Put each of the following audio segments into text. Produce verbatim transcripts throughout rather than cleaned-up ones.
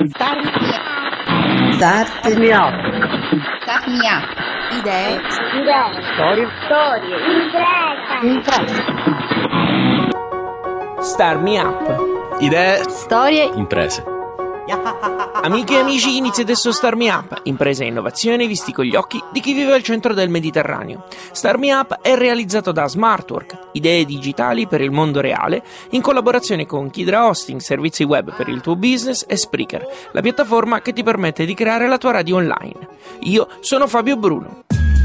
Start Start me up. Start me up. Idee. Idee. Storie. Storie. Impresa. Impresa. Start me up. Idee. Storie. Imprese. Amiche e amici, inizia adesso Start Me Up, impresa e innovazione visti con gli occhi di chi vive al centro del Mediterraneo. Start Me Up è realizzato da Smartwork, idee digitali per il mondo reale, in collaborazione con Kidra Hosting, servizi web per il tuo business, e Spreaker, la piattaforma che ti permette di creare la tua radio online. Io sono Fabio Bruno.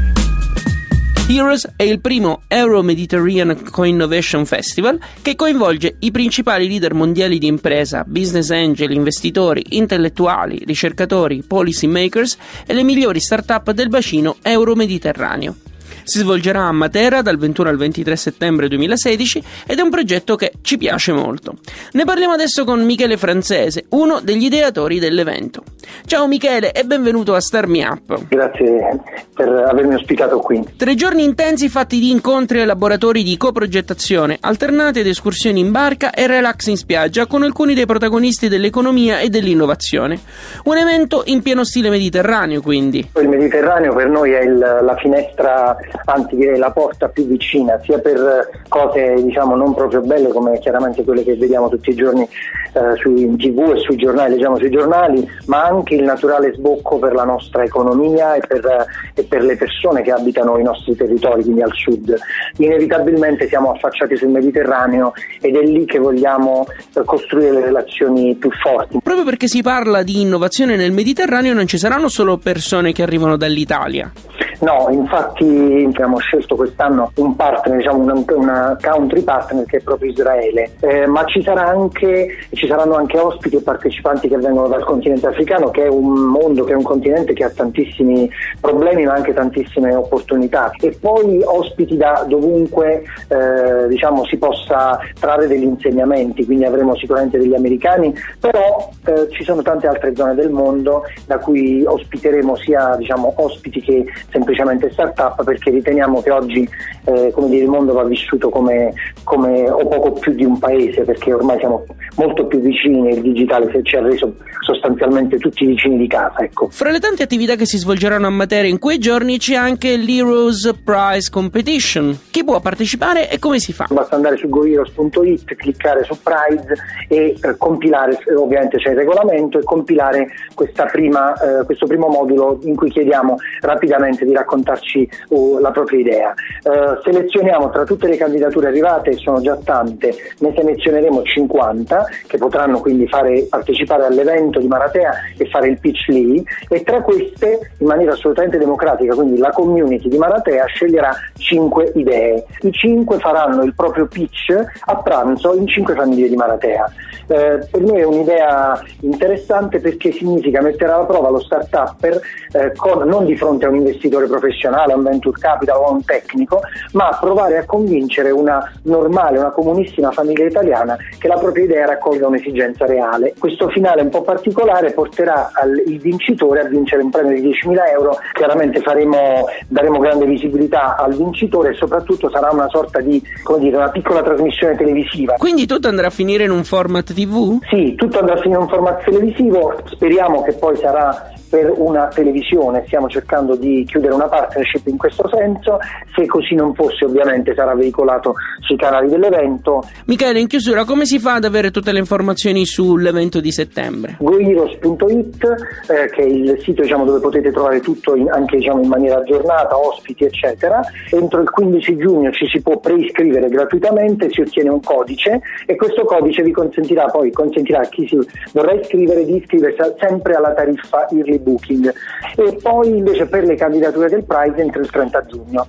Heroes è il primo Euro-Mediterranean Co-Innovation Festival che coinvolge i principali leader mondiali di impresa, business angel, investitori, intellettuali, ricercatori, policy makers e le migliori start-up del bacino euro-mediterraneo. Si svolgerà a Matera dal ventuno al ventitré settembre duemilasedici ed è un progetto che ci piace molto. Ne parliamo adesso con Michele Francese, uno degli ideatori dell'evento. Ciao Michele e benvenuto a Start Me Up. Grazie per avermi ospitato qui. Tre giorni intensi fatti di incontri e laboratori di coprogettazione, alternati ad escursioni in barca e relax in spiaggia con alcuni dei protagonisti dell'economia e dell'innovazione. Un evento in pieno stile mediterraneo, quindi. Il Mediterraneo per noi è il, la finestra, anzi direi la porta più vicina, sia per cose diciamo non proprio belle come chiaramente quelle che vediamo tutti i giorni eh, sui tivù e sui giornali, leggiamo sui giornali, ma anche il naturale sbocco per la nostra economia e per, e per le persone che abitano i nostri territori, quindi al sud. Inevitabilmente siamo affacciati sul Mediterraneo ed è lì che vogliamo eh, costruire le relazioni più forti. Proprio perché si parla di innovazione nel Mediterraneo non ci saranno solo persone che arrivano dall'Italia. No, infatti abbiamo scelto quest'anno un partner, diciamo una, una country partner che è proprio Israele, eh, ma ci sarà anche ci saranno anche ospiti e partecipanti che vengono dal continente africano, che è un mondo, che è un continente che ha tantissimi problemi ma anche tantissime opportunità, e poi ospiti da dovunque eh, diciamo si possa trarre degli insegnamenti, quindi avremo sicuramente degli americani, però eh, ci sono tante altre zone del mondo da cui ospiteremo sia diciamo ospiti che semplicemente start-up, perché riteniamo che oggi eh, come dire, il mondo va vissuto come, come o poco più di un paese, perché ormai siamo molto più vicini e il digitale ci ha reso sostanzialmente tutti vicini di casa. Ecco. Fra le tante attività che si svolgeranno a Matera in quei giorni c'è anche l'Heroes Prize Competition. Chi può partecipare e come si fa? Basta andare su goheroes punto it, cliccare su Prize e eh, compilare, ovviamente c'è il regolamento, e compilare questa prima, eh, questo primo modulo in cui chiediamo rapidamente di raccontarci uh, la propria idea. Uh, selezioniamo tra tutte le candidature arrivate, sono già tante, ne selezioneremo cinquanta che potranno quindi fare partecipare all'evento di Maratea e fare il pitch lì, e tra queste in maniera assolutamente democratica, quindi la community di Maratea sceglierà cinque idee. I cinque faranno il proprio pitch a pranzo in cinque famiglie di Maratea. Uh, per me è un'idea interessante perché significa mettere alla prova lo start-upper eh, con, non di fronte a un investitore professionale, a un venture capital o a un tecnico, ma provare a convincere una normale, una comunissima famiglia italiana che la propria idea raccolga un'esigenza reale. Questo finale un po' particolare porterà al, il vincitore a vincere un premio di diecimila euro. Chiaramente faremo, daremo grande visibilità al vincitore e soprattutto sarà una sorta di, come dire, una piccola trasmissione televisiva. Quindi tutto andrà a finire in un format tivù? Sì, tutto andrà a finire in un format televisivo, speriamo che poi sarà per una televisione, stiamo cercando di chiudere una partnership in questo senso, se così non fosse ovviamente sarà veicolato sui canali dell'evento. Michele, in chiusura, come si fa ad avere tutte le informazioni sull'evento di settembre? goheroes punto it, eh, che è il sito diciamo dove potete trovare tutto in, anche diciamo in maniera aggiornata, ospiti eccetera. Entro il quindici giugno ci si può preiscrivere gratuitamente, si ottiene un codice e questo codice vi consentirà poi consentirà a chi si vorrà iscrivere di iscriversi sempre alla tariffa early booking, e poi invece per le candidature del Prize entro il trenta giugno.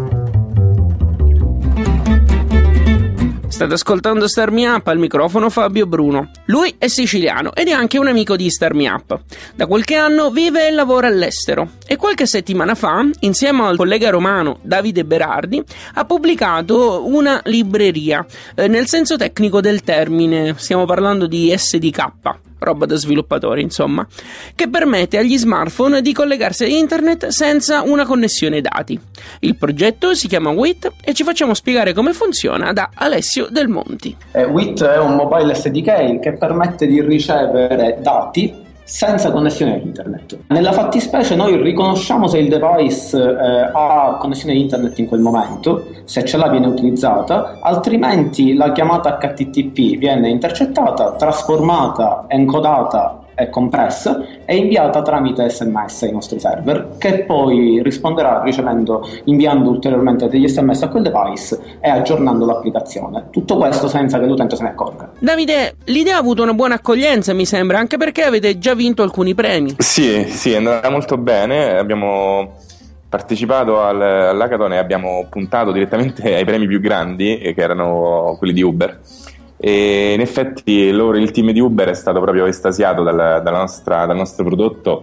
State ascoltando Start Me Up, al microfono Fabio Bruno. Lui è siciliano ed è anche un amico di Start Me Up. Da qualche anno vive e lavora all'estero e qualche settimana fa, insieme al collega romano Davide Berardi, ha pubblicato una libreria, eh, nel senso tecnico del termine, stiamo parlando di S D K. roba da sviluppatori insomma, che permette agli smartphone di collegarsi a internet senza una connessione dati. Il progetto si chiama W I T e ci facciamo spiegare come funziona da Alessio Del Monti. Eh, W I T è un mobile S D K che permette di ricevere dati senza connessione a internet. Nella fattispecie noi riconosciamo se il device eh, ha connessione a internet in quel momento, se ce l'ha viene utilizzata, altrimenti la chiamata H T T P viene intercettata, trasformata, encodata e compressa e inviata tramite sms ai nostri server, che poi risponderà ricevendo, inviando ulteriormente degli sms a quel device e aggiornando l'applicazione. Tutto questo senza che l'utente se ne accorga. Davide, l'idea ha avuto una buona accoglienza, mi sembra, anche perché avete già vinto alcuni premi. Sì, sì, è andata molto bene. Abbiamo partecipato al, all'hackathon e abbiamo puntato direttamente ai premi più grandi, che erano quelli di Uber. E in effetti loro, il team di Uber è stato proprio estasiato dal, dalla nostra, dal nostro prodotto,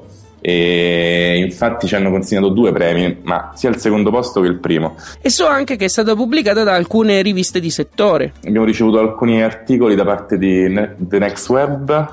e infatti ci hanno consegnato due premi, ma sia il secondo posto che il primo. E so anche che è stata pubblicata da alcune riviste di settore. Abbiamo ricevuto alcuni articoli da parte di The Next Web,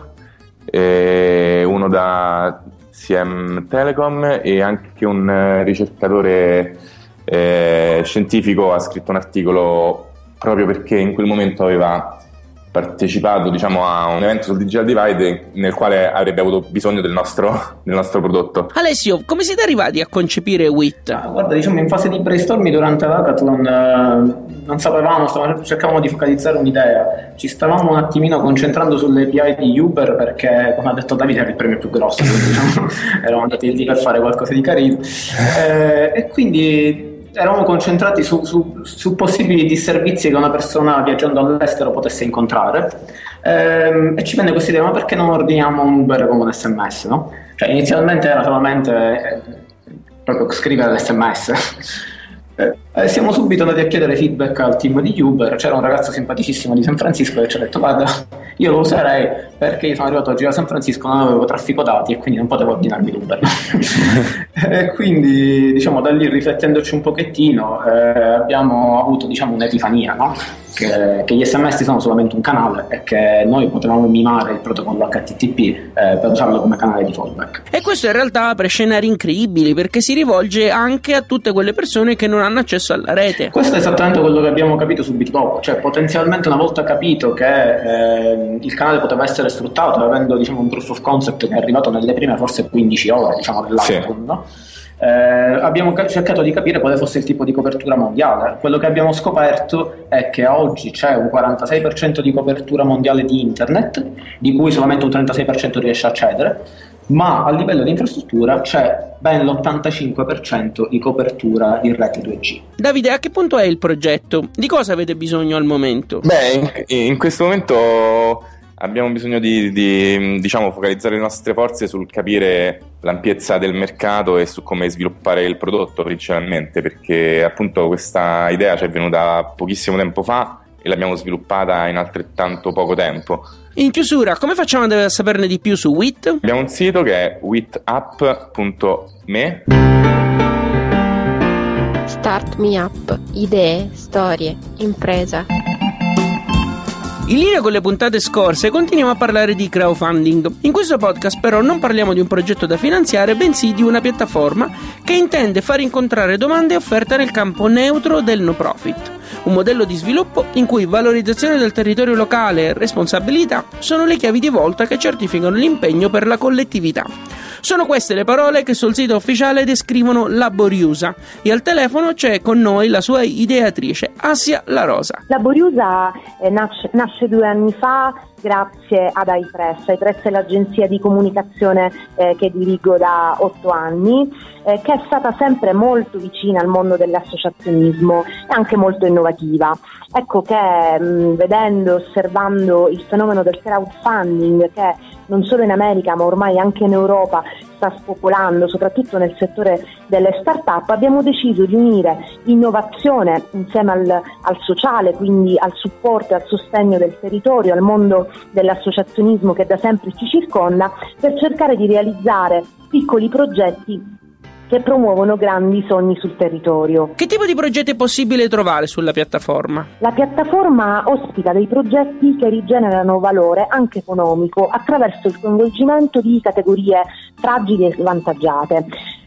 e uno da C M Telecom, e anche un ricercatore eh, scientifico ha scritto un articolo proprio perché in quel momento aveva partecipato, diciamo, a un evento sul Digital Divide nel quale avrebbe avuto bisogno del nostro, del nostro prodotto. Alessio, come siete arrivati a concepire W I T? Ah, guarda, diciamo in fase di brainstorming durante l'hackathon eh, non sapevamo, stavamo, cercavamo di focalizzare un'idea, ci stavamo un attimino concentrando sulle A P I di Uber perché, come ha detto Davide, era il premio più grosso, quindi, diciamo, eravamo andati lì per fare qualcosa di carino eh, e quindi eravamo concentrati su, su, su possibili disservizi che una persona viaggiando all'estero potesse incontrare ehm, e ci venne questa idea: ma perché non ordiniamo un Uber con un sms, no? Cioè inizialmente era solamente eh, proprio scrivere l'esse emme esse eh, eh, siamo subito andati a chiedere feedback al team di Uber. C'era un ragazzo simpaticissimo di San Francisco che ci ha detto: guarda, io lo userei perché io sono arrivato oggi da San Francisco, non avevo traffico dati e quindi non potevo ordinarmi l'Uber. E quindi, diciamo, da lì, riflettendoci un pochettino, eh, abbiamo avuto, diciamo, un'epifania, no? Che, che gli sms sono solamente un canale e che noi potevamo mimare il protocollo H T T P eh, per usarlo come canale di fallback. E questo in realtà apre scenari incredibili, perché si rivolge anche a tutte quelle persone che non hanno accesso alla rete. Questo è esattamente quello che abbiamo capito subito dopo, cioè potenzialmente una volta capito che eh, il canale poteva essere sfruttato, avendo, diciamo, un proof of concept che è arrivato nelle prime forse quindici ore, diciamo, dell'hackathon, sì. no? Eh, abbiamo ca- cercato di capire quale fosse il tipo di copertura mondiale. Quello che abbiamo scoperto è che oggi c'è un quarantasei per cento di copertura mondiale di internet, di cui solamente un trentasei per cento riesce a accedere, ma a livello di infrastruttura c'è ben l'ottantacinque per cento di copertura in rete due G. Davide, a che punto è il progetto? Di cosa avete bisogno al momento? Beh, in, in questo momento abbiamo bisogno di, di diciamo, focalizzare le nostre forze sul capire l'ampiezza del mercato e su come sviluppare il prodotto principalmente, perché appunto questa idea ci è venuta pochissimo tempo fa e l'abbiamo sviluppata in altrettanto poco tempo. In chiusura, come facciamo a saperne di più su W I T? Abbiamo un sito che è witapp punto me. Start Me Up, idee, storie, impresa. In linea con le puntate scorse continuiamo a parlare di crowdfunding. In questo podcast però non parliamo di un progetto da finanziare, bensì di una piattaforma che intende far incontrare domande e offerte nel campo neutro del no profit. Un modello di sviluppo in cui valorizzazione del territorio locale e responsabilità sono le chiavi di volta che certificano l'impegno per la collettività. Sono queste le parole che sul sito ufficiale descrivono Laboriusa, e al telefono c'è con noi la sua ideatrice, Assia La Rosa. Laboriusa eh, nasce, nasce due anni fa grazie ad iPress. iPress è l'agenzia di comunicazione eh, che dirigo da otto anni, eh, che è stata sempre molto vicina al mondo dell'associazionismo e anche molto innovativa. Ecco che mh, vedendo, osservando il fenomeno del crowdfunding, che non solo in America ma ormai anche in Europa sta spopolando, soprattutto nel settore delle start-up, abbiamo deciso di unire innovazione insieme al, al sociale, quindi al supporto e al sostegno del territorio, al mondo dell'associazionismo che da sempre ci circonda, per cercare di realizzare piccoli progetti che promuovono grandi sogni sul territorio. Che tipo di progetti è possibile trovare sulla piattaforma? La piattaforma ospita dei progetti che rigenerano valore anche economico attraverso il coinvolgimento di categorie fragili e svantaggiate.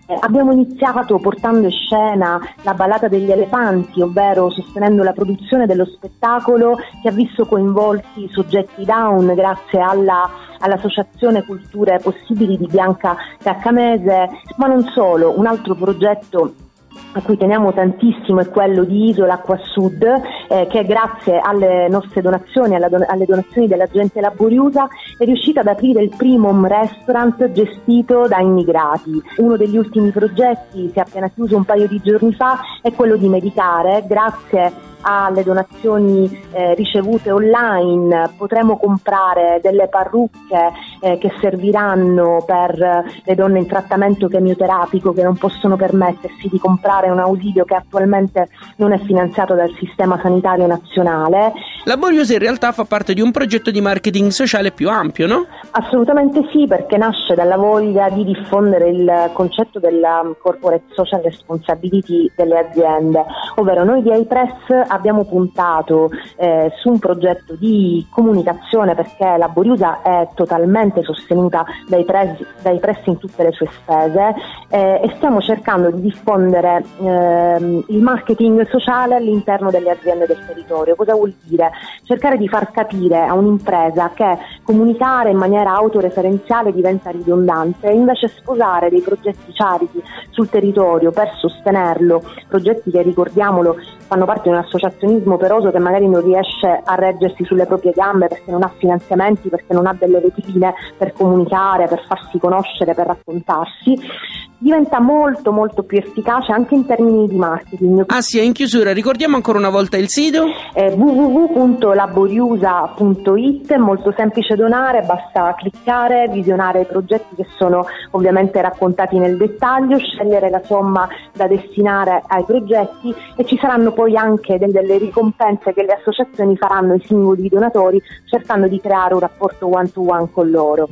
Eh, abbiamo iniziato portando in scena la ballata degli elefanti, ovvero sostenendo la produzione dello spettacolo che ha visto coinvolti soggetti down grazie alla, all'Associazione Culture Possibili di Bianca Caccamese, ma non solo. Un altro progetto a cui teniamo tantissimo è quello di Isola Acqua Sud, eh, che grazie alle nostre donazioni, alla don- alle donazioni della gente laboriosa, è riuscita ad aprire il primo home restaurant gestito da immigrati. Uno degli ultimi progetti, si è appena chiuso un paio di giorni fa, è quello di Medicare. Grazie alle donazioni eh, ricevute online potremo comprare delle parrucche eh, che serviranno per le donne in trattamento chemioterapico che non possono permettersi di comprare un ausilio che attualmente non è finanziato dal sistema sanitario nazionale. Laboriosa in realtà fa parte di un progetto di marketing sociale più ampio, no? Assolutamente sì, perché nasce dalla voglia di diffondere il concetto della corporate social responsibility delle aziende, ovvero noi di iPress abbiamo puntato eh, su un progetto di comunicazione, perché Laboriosa è totalmente sostenuta dai press, dai press in tutte le sue spese, eh, e stiamo cercando di diffondere eh, il marketing sociale all'interno delle aziende del territorio. Cosa vuol dire? Cercare di far capire a un'impresa che comunicare in maniera autoreferenziale diventa ridondante e invece sposare dei progetti charity sul territorio per sostenerlo, progetti che, ricordiamolo, fanno parte di un associazionismo operoso che magari non riesce a reggersi sulle proprie gambe perché non ha finanziamenti, perché non ha delle vetrine per comunicare, per farsi conoscere, per raccontarsi, diventa molto molto più efficace anche in termini di marketing. Ah sì, in chiusura ricordiamo ancora una volta il sito? Eh, w w w punto laboriosa punto i t, è molto semplice donare, basta cliccare, visionare i progetti che sono ovviamente raccontati nel dettaglio, scegliere la somma da destinare ai progetti e ci saranno poi anche delle, delle ricompense che le associazioni faranno ai singoli donatori, cercando di creare un rapporto one to one con loro.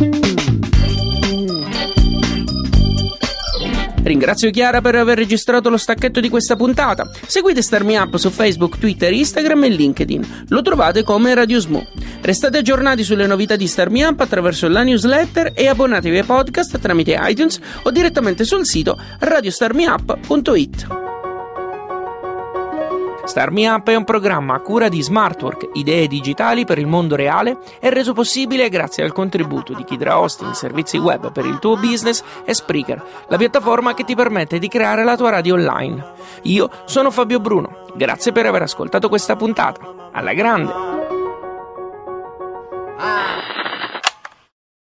Ringrazio Chiara per aver registrato lo stacchetto di questa puntata. Seguite Start Me Up su Facebook, Twitter, Instagram e LinkedIn. Lo trovate come Radio Smo. Restate aggiornati sulle novità di Start Me Up attraverso la newsletter e abbonatevi ai podcast tramite iTunes o direttamente sul sito radio star me up punto i t. Start Me Up è un programma a cura di Smartwork, idee digitali per il mondo reale, e reso possibile grazie al contributo di Kidra Hosting, servizi web per il tuo business, e Spreaker, la piattaforma che ti permette di creare la tua radio online. Io sono Fabio Bruno, grazie per aver ascoltato questa puntata. Alla grande! Ah.